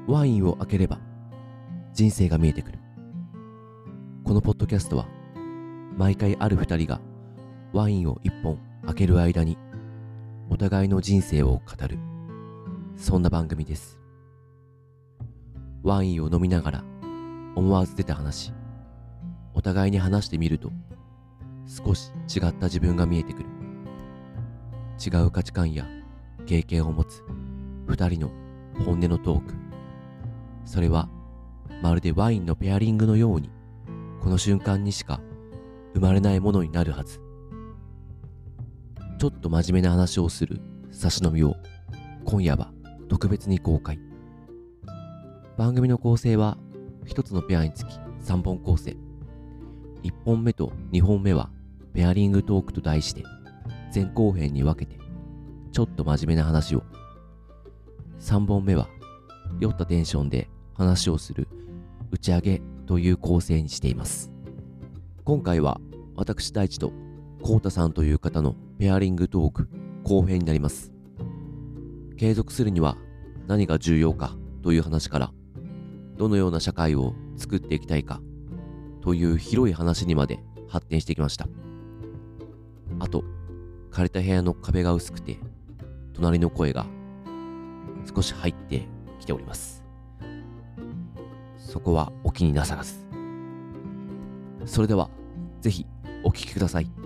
ワインを開ければ人生が見えてくる。このポッドキャストは毎回ある二人がワインを一本開ける間にお互いの人生を語る、そんな番組です。ワインを飲みながら思わず出た話、お互いに話してみると少し違った自分が見えてくる。違う価値観や経験を持つ二人の本音のトーク、それはまるでワインのペアリングのようにこの瞬間にしか生まれないものになるはず。ちょっと真面目な話をする差し飲みを今夜は特別に公開。番組の構成は一つのペアにつき3本構成。1本目と2本目はペアリングトークと題して前後編に分けてちょっと真面目な話を、3本目は酔ったテンションで話をする打ち上げという構成にしています。今回は私大地とコウタさんという方のペアリングトーク後編になります。継続するには何が重要かという話から、どのような社会を作っていきたいかという広い話にまで発展してきました。あと、借りた部屋の壁が薄くて隣の声が少し入ってきております。そこはお気になさらず。それではぜひお聞きください。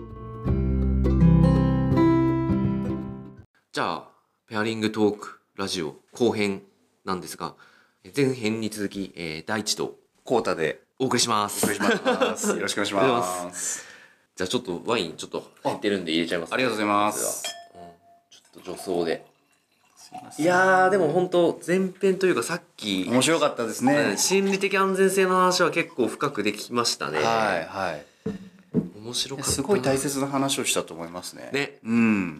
じゃあペアリングトークラジオ後編なんですが、前編に続き、大地とコウタでお送りします。 お送りします。よろしくお願いします。 じゃあちょっとワインちょっと減ってるんで入れちゃいます、 ありがとうございます。 ちょっと助走で。 すいません。 いやーでも本当前編というかさっき面白かったですね。 心理的安全性の話は結構深くできましたね。 はいはい。 面白かった。 すごい大切な話をしたと思いますね。 ね。 うん。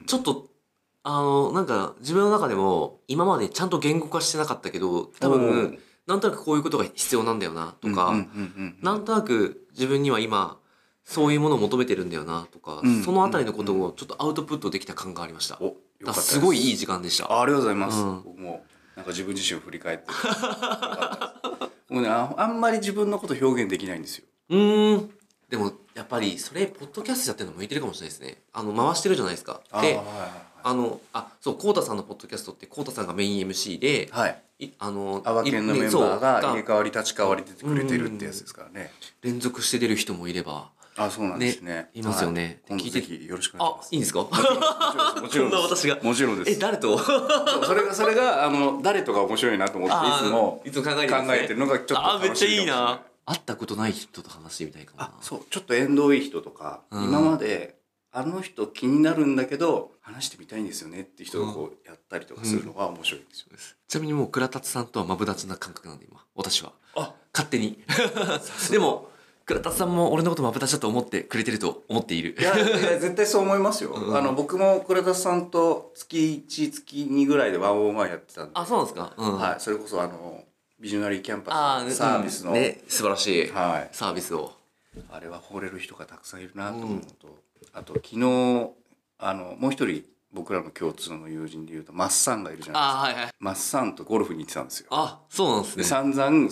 ちょっとなんか自分の中でも今までちゃんと言語化してなかったけど、多分なんとなくこういうことが必要なんだよなとか、なんとなく自分には今そういうものを求めてるんだよなとか、そのあたりのことをちょっとアウトプットできた感がありました。 お、よかったです。 すごいいい時間でした。 ありがとうございます。僕もなんか自分自身を振り返ってもうね、あんまり自分のこと表現できないんですよ。 でもやっぱりそれポッドキャストやってるの向いてるかもしれないですね。回してるじゃないですか。で、そう、コウタさんのポッドキャストってコウタさんがメイン MC で、 はい。アワケンのメンバーが入れ替わり立ち替わり出てくれてるってやつですからね。 連続して出る人もいれば。 あ、そうなんですね。 いますよね。 今度ぜひよろしくお願いします。 いいんですか？ もちろんです。 私が。 もちろんです。 誰と？ それが誰とか面白いなと思っていつも考えてるのがちょっと楽しい。 めっちゃいいな。会ったことない人と話してみたいかな。 そう、ちょっと縁遠い人とか、今まであの人気になるんだけど話してみたいんですよねって人がこうやったりとかするのが面白いんですよ。 ちなみにもう倉達さんとはマブダチな感覚なんで今私は勝手にでも倉達さんも俺のことマブダチだと思ってくれてると思っている。 いや絶対そう思いますよ。僕も倉達さんと月1月2ぐらいで101やってたんで。 あ、そうなんですか。 はい、それこそビジョナリーキャンパスのサービスの素晴らしいサービスを、 あれは惚れる人がたくさんいるなと思うのと、あと昨日もう一人僕らの共通の友人でいうとマッサンがいるじゃないですか。マッサンとゴルフに行ってたんですよ。 あ、そうなんですね。 で散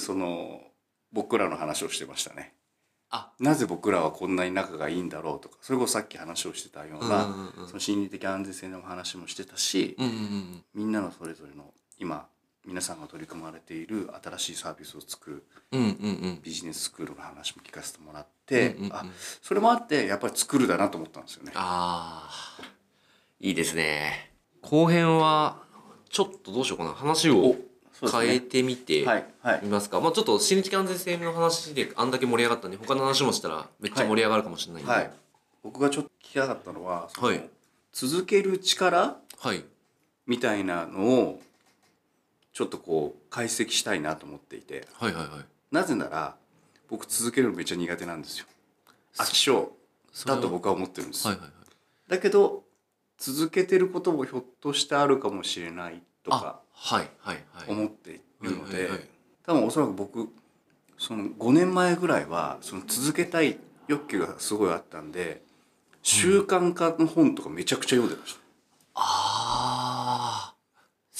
々僕らの話をしてましたね。なぜ僕らはこんなに仲がいいんだろうとか、それこそさっき話をしてたようなその心理的安全性の話もしてたし、みんなのそれぞれの今皆さんが取り組まれている新しいサービスを作るビジネススクールの話も聞かせてもらって、それもあってやっぱり作るだなと思ったんですよね。 いいですね。後編はちょっとどうしようかな、話を変えてみてみますか。ちょっと心理的安全性の話であんだけ盛り上がったんで他の話もしたらめっちゃ盛り上がるかもしれないんで、 僕がちょっと聞きたかったのは続ける力みたいなのをちょっとこう解析したいなと思っていて、なぜなら僕続けるのめっちゃ苦手なんですよ。飽き性だと僕は思ってるんです。だけど続けてることもひょっとしてあるかもしれないとか思っているので、多分おそらく僕その5年前ぐらいはその続けたい欲求がすごいあったんで、習慣化の本とかめちゃくちゃ読んでました。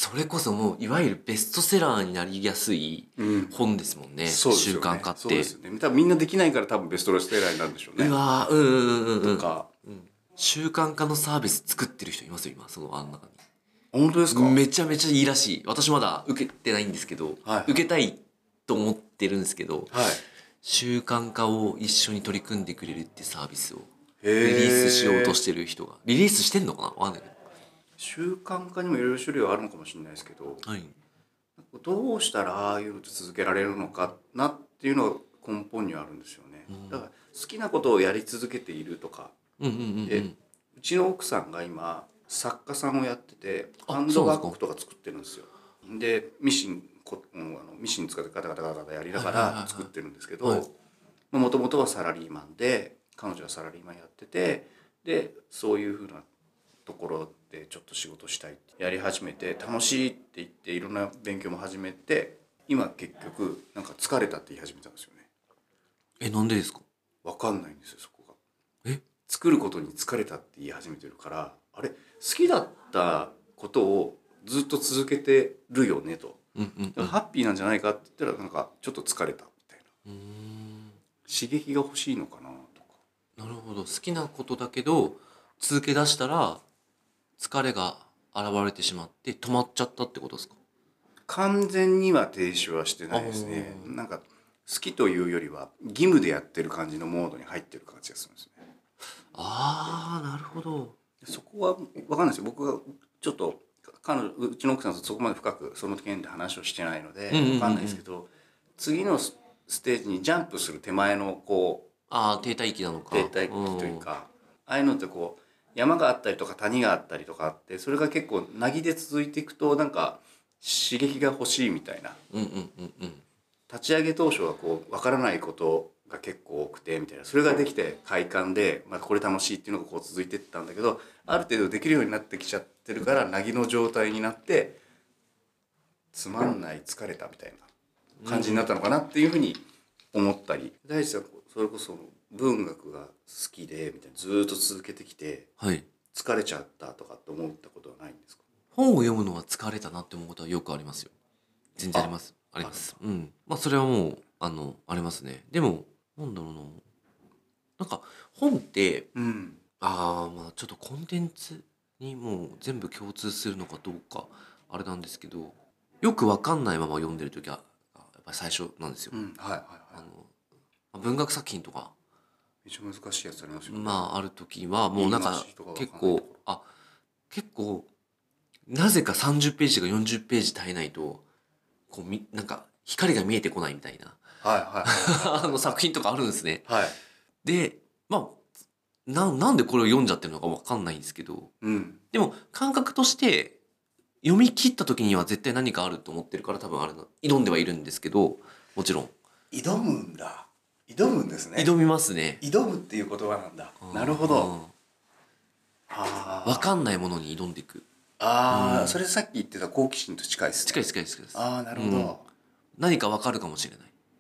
それこそもういわゆるベストセラーになりやすい本ですもんね、習慣化って。 そうですよね。多分みんなできないから多分ベストセラーになるんでしょうね。 うわー、うんうんうんうん。 とか、 習慣化のサービス作ってる人いますよ今、その中に。 本当ですか？ めちゃめちゃいいらしい。私まだ受けてないんですけど、受けたいと思ってるんですけど、習慣化を一緒に取り組んでくれるってサービスをリリースしようとしてる人が、リリースしてんのかな、わかんないけど。 習慣化にもいろいろ種類はあるのかもしれないですけど、どうしたらああいうのって続けられるのかなっていうのが根本にはあるんですよね。だから好きなことをやり続けているとか、でうちの奥さんが今作家さんをやっててハンドバッグとか作ってるんですよ。でミシン使ってガタガタガタガタやりながら作ってるんですけど、もともとはサラリーマンで彼女はサラリーマンやってて、でそういうふうなところでちょっと仕事したいってやり始めて、楽しいって言っていろんな勉強も始めて、今結局なんか疲れたって言い始めたんですよね。 なんでですか？ 分かんないんですよ、そこが。作ることに疲れたって言い始めてるから、あれ好きだったことをずっと続けてるよねと、ハッピーなんじゃないかって言ったらなんかちょっと疲れたみたいな、刺激が欲しいのかなとか。 なるほど。好きなことだけど続け出したら疲れが現れてしまって止まっちゃったってことですか？ 完全には停止はしてないですね。なんか好きというよりは義務でやってる感じのモードに入ってる感じがするんですね。 なるほど。 そこは分かんないですよ。僕がちょっとうちの奥さんとそこまで深くその件で話をしてないので分かんないですけど、次のステージにジャンプする手前のこう停滞期なのか。 停滞期というか、ああいうのってこう山があったりとか谷があったりとかあって、それが結構なぎで続いていくとなんか刺激が欲しいみたいな。立ち上げ当初はこう分からないことが結構多くてみたいな、それができて快感で、これ楽しいっていうのがこう続いていったんだけど、ある程度できるようになってきちゃってるからなぎの状態になってつまんない疲れたみたいな感じになったのかなっていうふうに思ったり、大地さんそれこそ文学が好きでみたいなずっと続けてきて、疲れちゃったとかって思ったことはないんですか？ 本を読むのは疲れたなって思うことはよくありますよ。全然あります。あります。それはもうありますね。でもなんだろうな、なんか本って、ちょっとコンテンツにもう全部共通するのかどうかあれなんですけど、よくわかんないまま読んでる時はやっぱり最初なんですよ。文学作品とかめっちゃ難しいやつありますよね。 ある時はもうなんか結構なぜか30ページが40ページ足りないとこうなんか光が見えてこないみたいな作品とかあるんですね。でなんでこれを読んじゃってるのか分かんないんですけど、でも感覚として読み切った時には絶対何かあると思ってるから、多分挑んではいるんですけど、もちろん挑むんだ。挑むんですね。 挑みますね。 挑むっていう言葉なんだ。なるほど。 分かんないものに挑んでいく。 それさっき言ってた好奇心と近いですね。 近いです。 なるほど。 何か分かるかもしれない。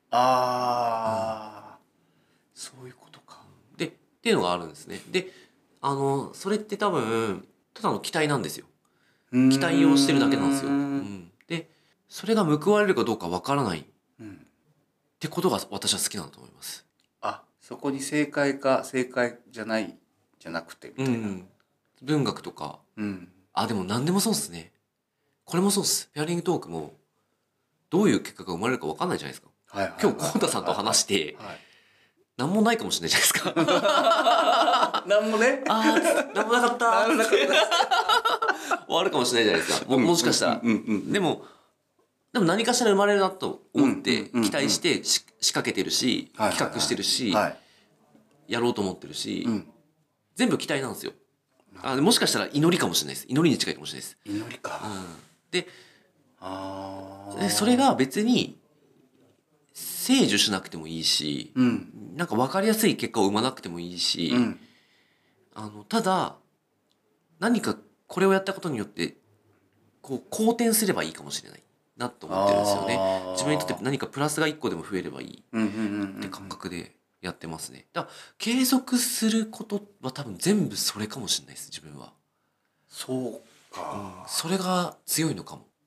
そういうことか。 でっていうのがあるんですね。でそれって多分ただの期待なんですよ。期待をしてるだけなんですよ。でそれが報われるかどうか分からないってことが私は好きなんだと思います。 そこに正解か正解じゃないじゃなくてみたいな。 文学とか、でも何でもそうっすね。これもそうっす。ペアリングトークもどういう結果が生まれるか分かんないじゃないですか。今日コウタさんと話して何もないかもしれないじゃないですか。 何もね。 何もなかった。終わるかもしれないじゃないですか。もしかしたら。でも何かしら生まれるなと思って期待して仕掛けてるし、企画してるし、やろうと思ってるし、全部期待なんですよ。もしかしたら祈りかもしれないです。祈りに近いかもしれないです。 祈りか。 でそれが別に成就しなくてもいいし、なんか分かりやすい結果を生まなくてもいいし、ただ何かこれをやったことによってこう好転すればいいかもしれないなと思ってるんですよね。自分にとって何かプラスが1個でも増えればいいって感覚でやってますね。だから継続することは多分全部それかもしれないです、自分は。 そうか。 それが強いのかも。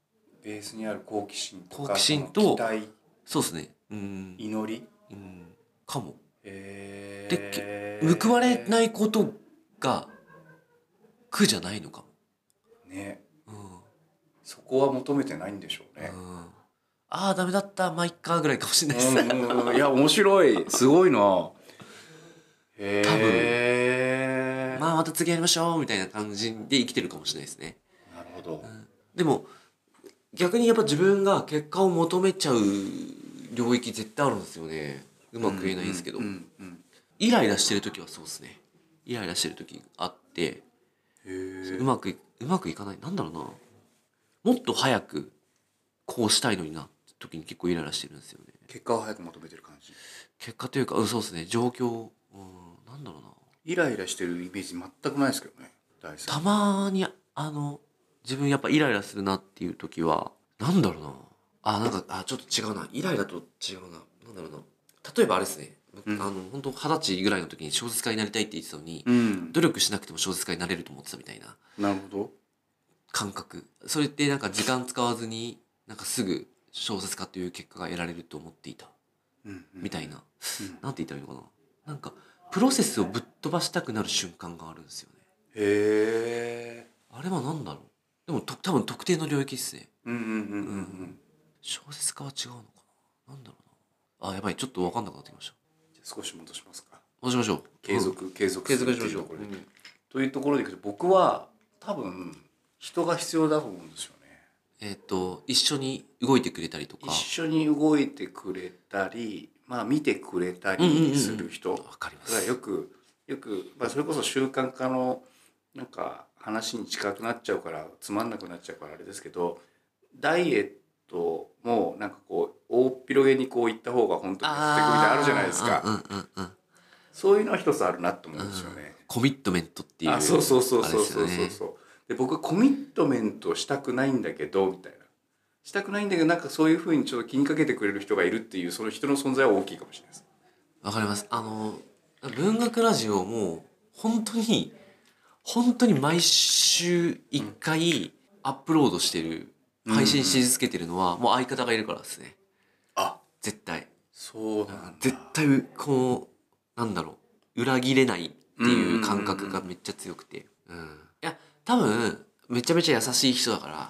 ベースにある好奇心とか好奇心と期待、 そうですね、 祈り、 かも。で報われないことが苦じゃないのかもね、そこは求めてないんでしょうね。 ああダメだったまあいっかぐらいかもしれないですね。いや面白い、すごいな。多分まあまた次やりましょうみたいな感じで生きてるかもしれないですね。 なるほど。 でも逆にやっぱ自分が結果を求めちゃう領域絶対あるんですよね。うまく言えないんですけど、イライラしてる時はそうですね。イライラしてる時あって、うまくいかない、なんだろうな、もっと早くこうしたいのになって時に結構イライラしてるんですよね。 結果を早く求めてる感じ。 結果というか、そうですね、状況、なんだろうな、 イライラしてるイメージ全くないですけどね。 たまに自分やっぱイライラするなっていう時はなんだろうな、なんかちょっと違うな、イライラと違うな、なんだろうな、例えばあれですね、本当20歳ぐらいの時に小説家になりたいって言ってたのに、努力しなくても小説家になれると思ってたみたいな。 なるほど。 感覚。それってなんか時間使わずになんかすぐ小説家という結果が得られると思っていた、みたいな、なんて言ったらいいのかな、なんかプロセスをぶっ飛ばしたくなる瞬間があるんですよね。 へえ。 あれは何だろう。でも多分特定の領域っすね。小説家は違うのかな。なんだろうな。やばい、ちょっと分かんなくなってきました。 じゃあ少し戻しますか。 戻しましょう。 継続しましょう。というところでいくと、僕は多分人が必要だと思うんですよね。 一緒に動いてくれたりとか。 一緒に動いてくれたり、見てくれたりする人。わかります。 よく、それこそ習慣化のなんか話に近くなっちゃうからつまんなくなっちゃうからあれですけど、ダイエットもなんかこう大っ広げにこう言った方が本当にやっていくみたいなあるじゃないですか。そういうのは一つあるなと思うんですよね。 コミットメントっていう。 そう。で僕はコミットメントしたくないんだけどみたいな。したくないんだけどなんかそういうふうにちょっと気にかけてくれる人がいるっていうその人の存在は大きいかもしれないです。 わかります。文学ラジオも本当に毎週1回アップロードしてる、配信し続けてるのはもう相方がいるからですね。絶対。 そうなんだ。 絶対こうなんだろう、裏切れないっていう感覚がめっちゃ強くて、いや多分めちゃめちゃ優しい人だから、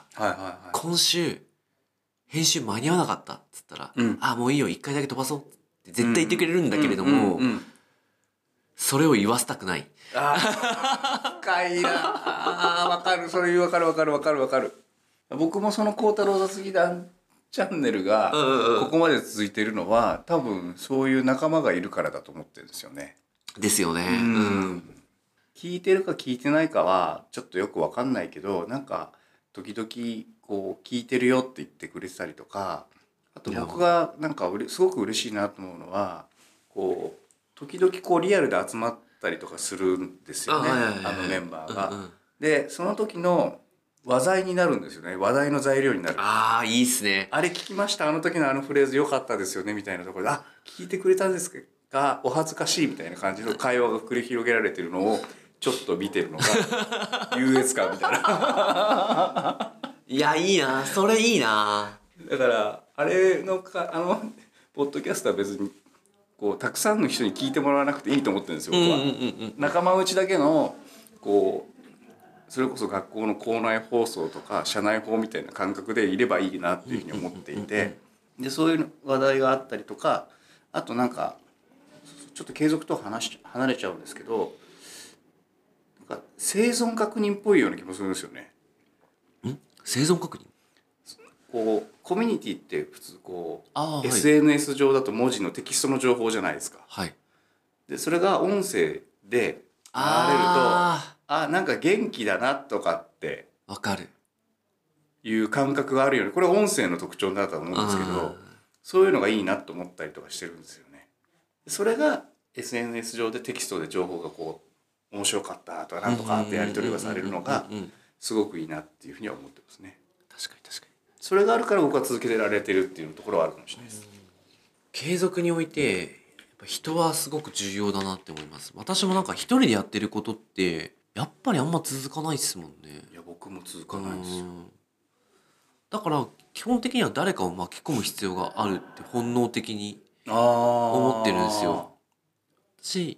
今週編集間に合わなかったっつったら、もういいよ1回だけ飛ばそうって絶対言ってくれるんだけれども、それを言わせたくない。 深いな。わかる。それわかる。僕もその孝太郎雑技団チャンネルがここまで続いているのは多分そういう仲間がいるからだと思ってるんですよね。 ですよね。 聞いてるか聞いてないかはちょっとよくわかんないけど、なんか時々こう聞いてるよって言ってくれてたりとか、あと僕がなんかすごく嬉しいなと思うのは、こう時々こうリアルで集まったりとかするんですよね、メンバーが。でその時の話題になるんですよね。話題の材料になる。 いいっすね。 あれ聞きました、あの時のあのフレーズ良かったですよねみたいなところで、聞いてくれたんですがお恥ずかしいみたいな感じの会話が繰り広げられてるのをちょっと見てるのが優越感みたいな。 いやいいな、それいいな。 だからあれのポッドキャストは別にこうたくさんの人に聞いてもらわなくていいと思ってるんですよ、僕は。仲間内だけのこうそれこそ学校の校内放送とか社内放みたいな感覚でいればいいなっていうふうに思っていて、でそういう話題があったりとか、あとなんかちょっと継続と離れちゃうんですけど、なんか生存確認っぽいような気もするんですよね。 生存確認、 こうコミュニティって普通こう、SNS 上だと文字のテキストの情報じゃないですか。でそれが音声で流れるとなんか元気だなとかってわかるいう感覚があるように、これ音声の特徴だと思うんですけど、そういうのがいいなと思ったりとかしてるんですよね。それが SNS 上でテキストで情報がこう面白かったとかなんとかってやり取りがされるのがすごくいいなっていうふうには思ってますね。 確かにそれがあるから僕は続けてられてるっていうところはあるかもしれないです。 継続においてやっぱ人はすごく重要だなって思います。私もなんか一人でやってることってやっぱりあんま続かないっすもんね。 いや僕も続かないですよ。 だから基本的には誰かを巻き込む必要があるって本能的に思ってるんですよ。し、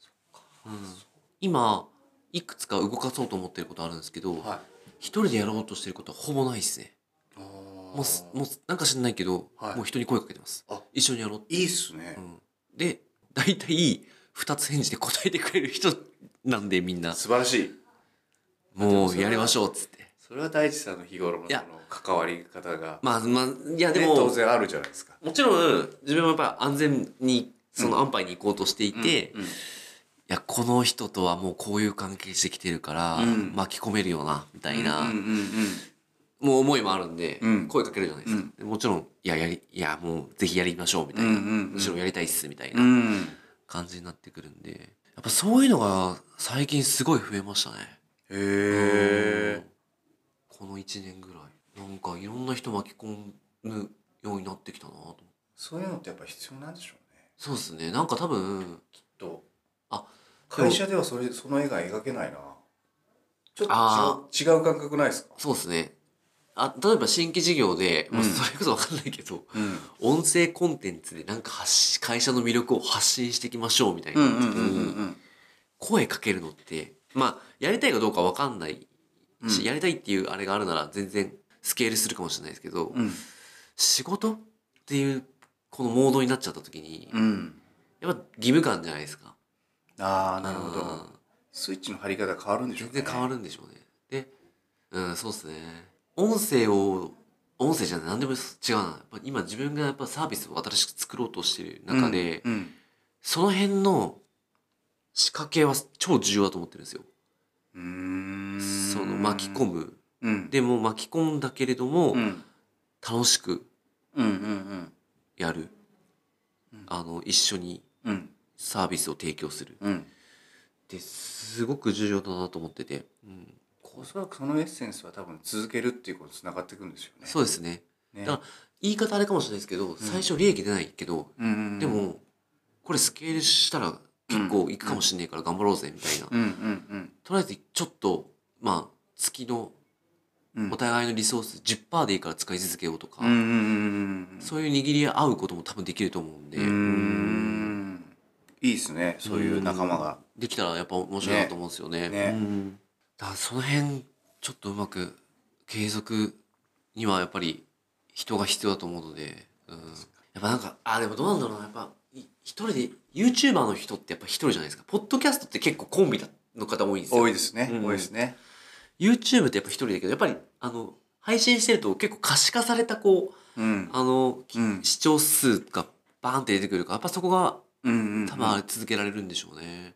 今いくつか動かそうと思ってることあるんですけど、一人でやろうとしてることはほぼないですね。もうなんか知んないけど、もう人に声かけてます。一緒にやろうって。 いいっすね。 で、大体2つ返事で答えてくれる人なんで、みんな。 素晴らしい。 もうやりましょうっつって。 それは大地さんの日頃のその関わり方がいやでも当然あるじゃないですか。 もちろん自分はやっぱ安全にその安牌に行こうとしていて、いやこの人とはもうこういう関係してきてるから巻き込めるよなみたいなもう思いもあるんで声かけるじゃないですか。もちろんいやもうぜひやりましょうみたいな、むしろやりたいっすみたいな感じになってくるんで、やっぱそういうのが最近すごい増えましたね。へえ。この1年ぐらいなんかいろんな人巻き込むようになってきたなと思って。 そういうのってやっぱ必要なんでしょうね。 そうですね。なんか多分きっと会社ではその絵が描けないな。ちょっと違う感覚ないですか？ そうですね。例えば新規事業で、それこそ分かんないけど、音声コンテンツでなんか会社の魅力を発信していきましょうみたいな時に声かけるのってやりたいかどうか分かんないし、やりたいっていうあれがあるなら全然スケールするかもしれないですけど、仕事っていうこのモードになっちゃった時に、やっぱ義務感じゃないですか。 なるほど。スイッチの張り方変わるんでしょうね。 全然変わるんでしょうね。で、そうですね。音声じゃない何でも違うな。やっぱ今自分がやっぱサービスを新しく作ろうとしてる中で、その辺の仕掛けは超重要だと思ってるんですよ。その巻き込む、でも巻き込んだけれども、楽しくやる、一緒にサービスを提供する、ってすごく重要だなと思ってて、 おそらくそのエッセンスは多分続けるっていうことにつながっていくんですよね。 そうですね。だから言い方あれかもしれないですけど、最初利益出ないけど、でもこれスケールしたら結構いくかもしれないから頑張ろうぜみたいな、とりあえずちょっと月のお互いのリソース 10% でいいから使い続けようとか、そういう握り合うことも多分できると思うんで、 いいですね、そういう仲間ができたらやっぱ面白いなと思うんですよね。だからその辺ちょっとうまく継続にはやっぱり人が必要だと思うので、やっぱなんかでもどうなんだろうな、やっぱ一人で YouTuber の人ってやっぱ一人じゃないですか。ポッドキャストって結構コンビの方多いんですよ。 多いですね、多いですね。 YouTube ってやっぱ一人だけど、やっぱり配信してると結構可視化された視聴数がバーンって出てくるから、やっぱそこが多分あれ続けられるんでしょうね。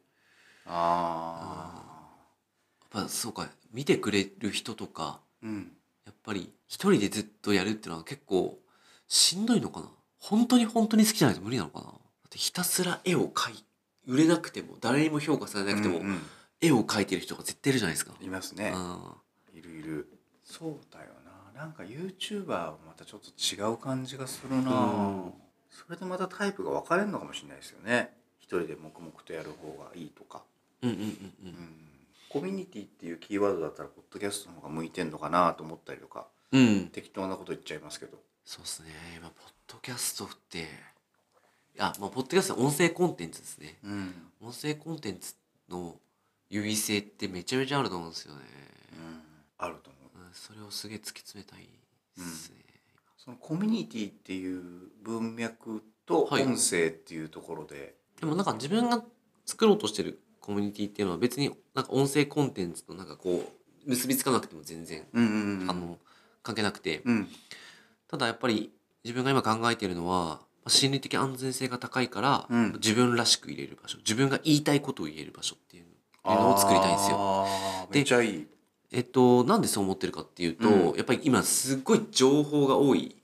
やっぱそうか、見てくれる人とか、やっぱり一人でずっとやるっていうのは結構しんどいのかな。本当に好きじゃないと無理なのかな。だってひたすら絵を売れなくても誰にも評価されなくても、絵を描いてる人が絶対いるじゃないですか。 いますね。いる。そうだよな。なんか YouTuber はまたちょっと違う感じがするな。それでまたタイプが分かれるのかもしれないですよね。一人で黙々とやる方がいいとか。コミュニティっていうキーワードだったらポッドキャストの方が向いてんのかなと思ったりとか、適当なこと言っちゃいますけど。 そうですね。今ポッドキャストってポッドキャストは音声コンテンツですね。音声コンテンツの優位性ってめちゃめちゃあると思うんですよね。 あると思う。 それをすげえ突き詰めたいですね。 そのコミュニティっていう文脈と音声っていうところで、 でもなんか自分が作ろうとしてるコミュニティっていうのは別になんか音声コンテンツとなんか結びつかなくても全然関係なくて、ただやっぱり自分が今考えているのは心理的安全性が高いから、自分らしく入れる場所、自分が言いたいことを言える場所っていうのを作りたいんですよ。 めっちゃいい。 なんでそう思ってるかっていうと、やっぱり今すっごい情報が多い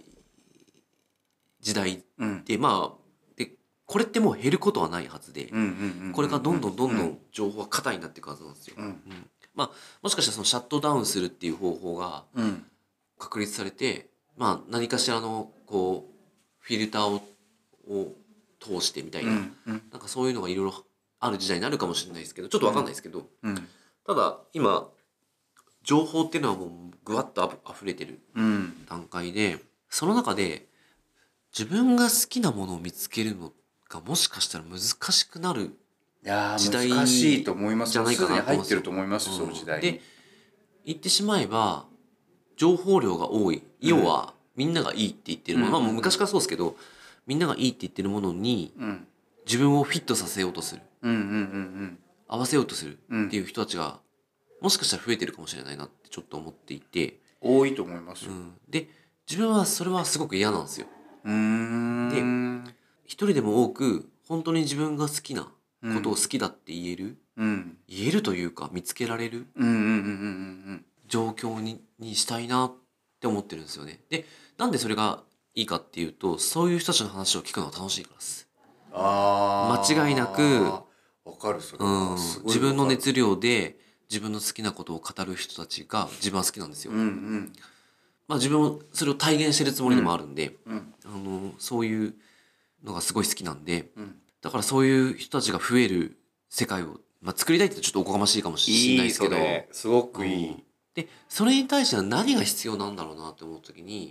時代で、これってもう減ることはないはずで、これからどんどん情報が過多になっていくはずなんですよ。もしかしたらそのシャットダウンするっていう方法が確立されて、何かしらのフィルターを通してみたいな、なんかそういうのがいろいろある時代になるかもしれないですけど、ちょっと分かんないですけど、ただ今情報っていうのはもうぐわっと溢れてる段階で、その中で自分が好きなものを見つけるのがもしかしたら難しくなる時代難しいと思います。 じゃないかなと思うんですよ。 すでに入ってると思いますよ、その時代に。 で言ってしまえば情報量が多い、要はみんながいいって言ってるもの、もう昔からそうですけど、みんながいいって言ってるものに自分をフィットさせようとする、合わせようとするっていう人たちがもしかしたら増えてるかもしれないなってちょっと思っていて、 多いと思いますよ。 で自分はそれはすごく嫌なんですよ。で一人でも多く本当に自分が好きなことを好きだって言えるというか見つけられる状況にしたいなって思ってるんですよね。でなんでそれがいいかっていうと、そういう人たちの話を聞くのが楽しいからです。間違いなくわかる、それはすごいわかる。 自分の熱量で自分の好きなことを語る人たちが自分は好きなんですよ。まあ自分もそれを体現してるつもりでもあるんで、そういうのがすごい好きなんで、だからそういう人たちが増える世界を、作りたいってちょっとおこがましいかもしれないですけど、 すごくいい。 でそれに対しては何が必要なんだろうなって思うときに、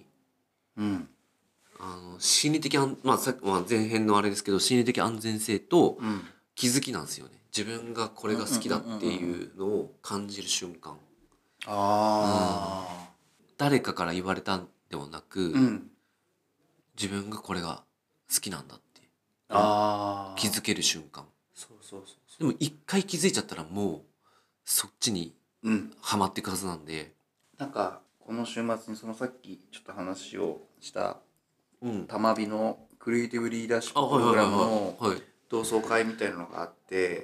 心理的前編のあれですけど、心理的安全性と気づきなんですよね。自分がこれが好きだっていうのを感じる瞬間。誰かから言われたんではなく、自分がこれが好きなんだって気づける瞬間。でも一回気づいちゃったらもうそっちにハマっていくはずなんで、 なんかこの週末にそのさっきちょっと話をした玉美のクリエイティブリーダーシッププログラムの同窓会みたいなのがあって、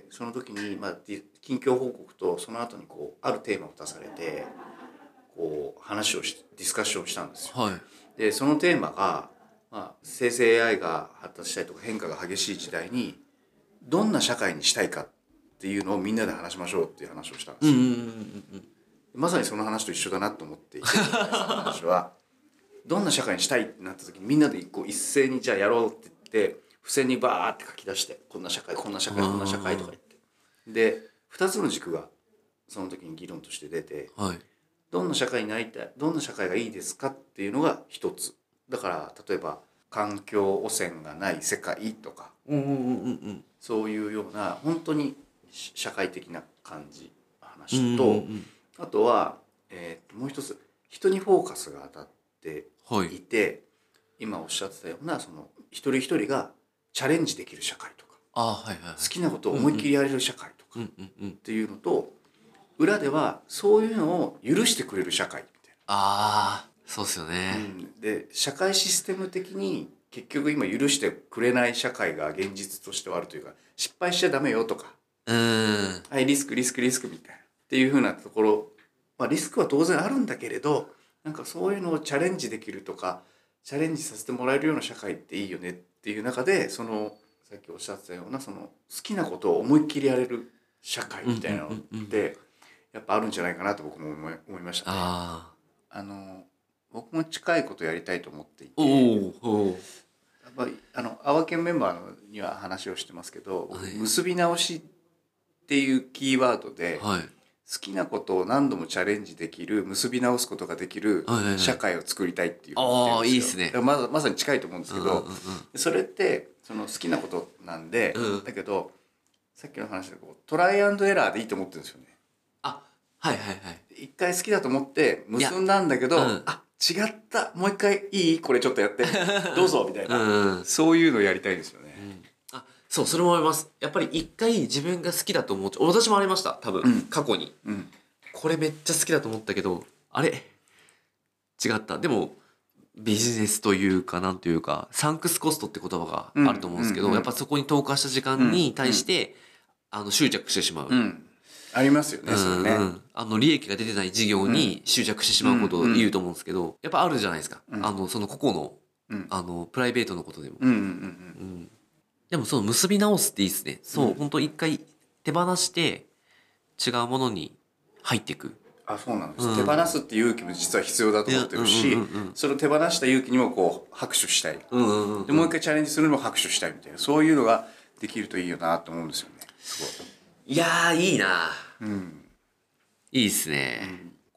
その時に近況報告とその後にこうあるテーマを出されてこう話をしディスカッションしたんですよ。でそのテーマが、生成 AI が発達したりとか変化が激しい時代にどんな社会にしたいかっていうのをみんなで話しましょうっていう話をしたんですよ。まさにその話と一緒だなと思っていて、その話はどんな社会にしたいってなった時にみんなでこう一斉にじゃあやろうって言って付箋にバーって書き出して、こんな社会こんな社会こんな社会とか言って、で2つの軸がその時に議論として出て、どんな社会になりたい、どんな社会がいいですかっていうのが一つだから、例えば環境汚染がない世界とか、そういうような本当に社会的な感じ話と、あとは、もう一つ人にフォーカスが当たっていて、今おっしゃってたようなその一人一人がチャレンジできる社会とか、好きなことを思いっきりやれる社会とかっていうのと、裏ではそういうのを許してくれる社会みたいな。 そうですよね。 で社会システム的に結局今許してくれない社会が現実としてはあるというか、失敗しちゃダメよとか、リスクリスクリスクみたいなっていう風なところ、リスクは当然あるんだけれど、なんかそういうのをチャレンジできるとかチャレンジさせてもらえるような社会っていいよねっていう中で、そのさっきおっしゃってたようなその好きなことを思いっきりやれる社会みたいなのってやっぱあるんじゃないかなと僕も思いましたね。僕も近いことやりたいと思っていて、やっぱりアワケンメンバーには話をしてますけど、結び直しっていうキーワードで、好きなことを何度もチャレンジできる、結び直すことができる社会を作りたいっていうのを言ってるんですよ。 いいですね。まさに近いと思うんですけど、それってその好きなことなんで、だけどさっきの話でトライアンドエラーでいいと思ってるんですよね。一回好きだと思って結んだんだけど、違った、もう一回いい、これちょっとやってどうぞみたいな、そういうのやりたいですよね。 そう、それも思います。やっぱり一回自分が好きだと思う、私もありました多分、過去に、これめっちゃ好きだと思ったけどあれ違った。でもビジネスというかなんというかサンクスコストって言葉があると思うんですけど、やっぱそこに投下した時間に対して、執着してしまう、 ありますよね、それね。 利益が出てない事業に執着してしまうことを言うと思うんですけど、やっぱあるじゃないですか、その個々の、プライベートのことでも。でもその結び直すっていいですね。そう、本当一回手放して違うものに入っていく。 そうなんです、手放すっていう勇気も実は必要だと思ってるし、それを手放した勇気にもこう拍手したい、でもう一回チャレンジするのも拍手したいみたいな、そういうのができるといいよなと思うんですよね。すごい。 いやーいいな、いいっすね、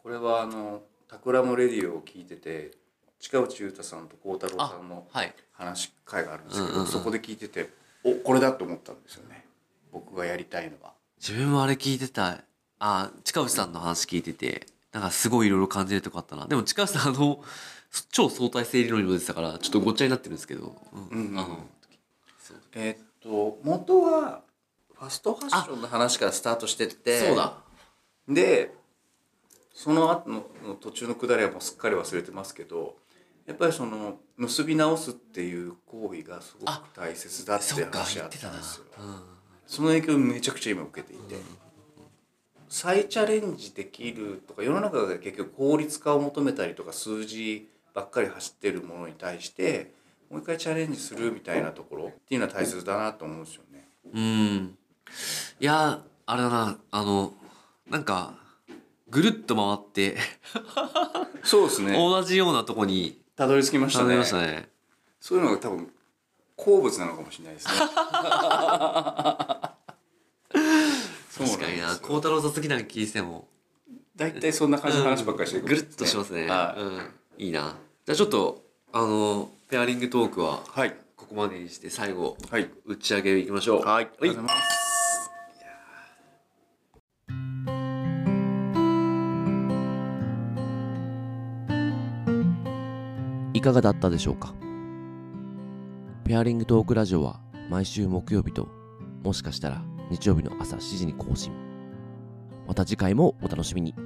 これはタクラムレディオを聞いてて近内裕太さんと孝太郎さんの話会があるんですけど、そこで聞いててこれだと思ったんですよね。僕がやりたいのは。 自分もあれ聞いてた。近内さんの話聞いててなんかすごいいろいろ感じるとこあったな。でも近内さん超相対性理論にも出てたからちょっとごっちゃになってるんですけど、 元はファストファッションの話からスタートしてって、 そうだ。 でその後の途中のくだりはもうすっかり忘れてますけど、やっぱりその結び直すっていう行為がすごく大切だって話あったんですよ。その影響をめちゃくちゃ今受けていて、再チャレンジできるとか世の中が結局効率化を求めたりとか数字ばっかり走ってるものに対してもう一回チャレンジするみたいなところっていうのは大切だなと思うんですよね。 いやあれだな、なんかぐるっと回ってそうですね、 同じようなとこにたどり着きましたね。そういうのが多分好物なのかもしれないですね。 確かにな。孝太郎さん好きなの聞いても大体そんな感じの話ばっかりしてる、 ぐるっとしますね。いいな。じゃあちょっとペアリングトークはここまでにして最後、打ち上げいきましょう。 はい、ありがとうございます。 いかがだったでしょうか。ペアリングトークラジオは毎週木曜日ともしかしたら日曜日の朝7時に更新。また次回もお楽しみに。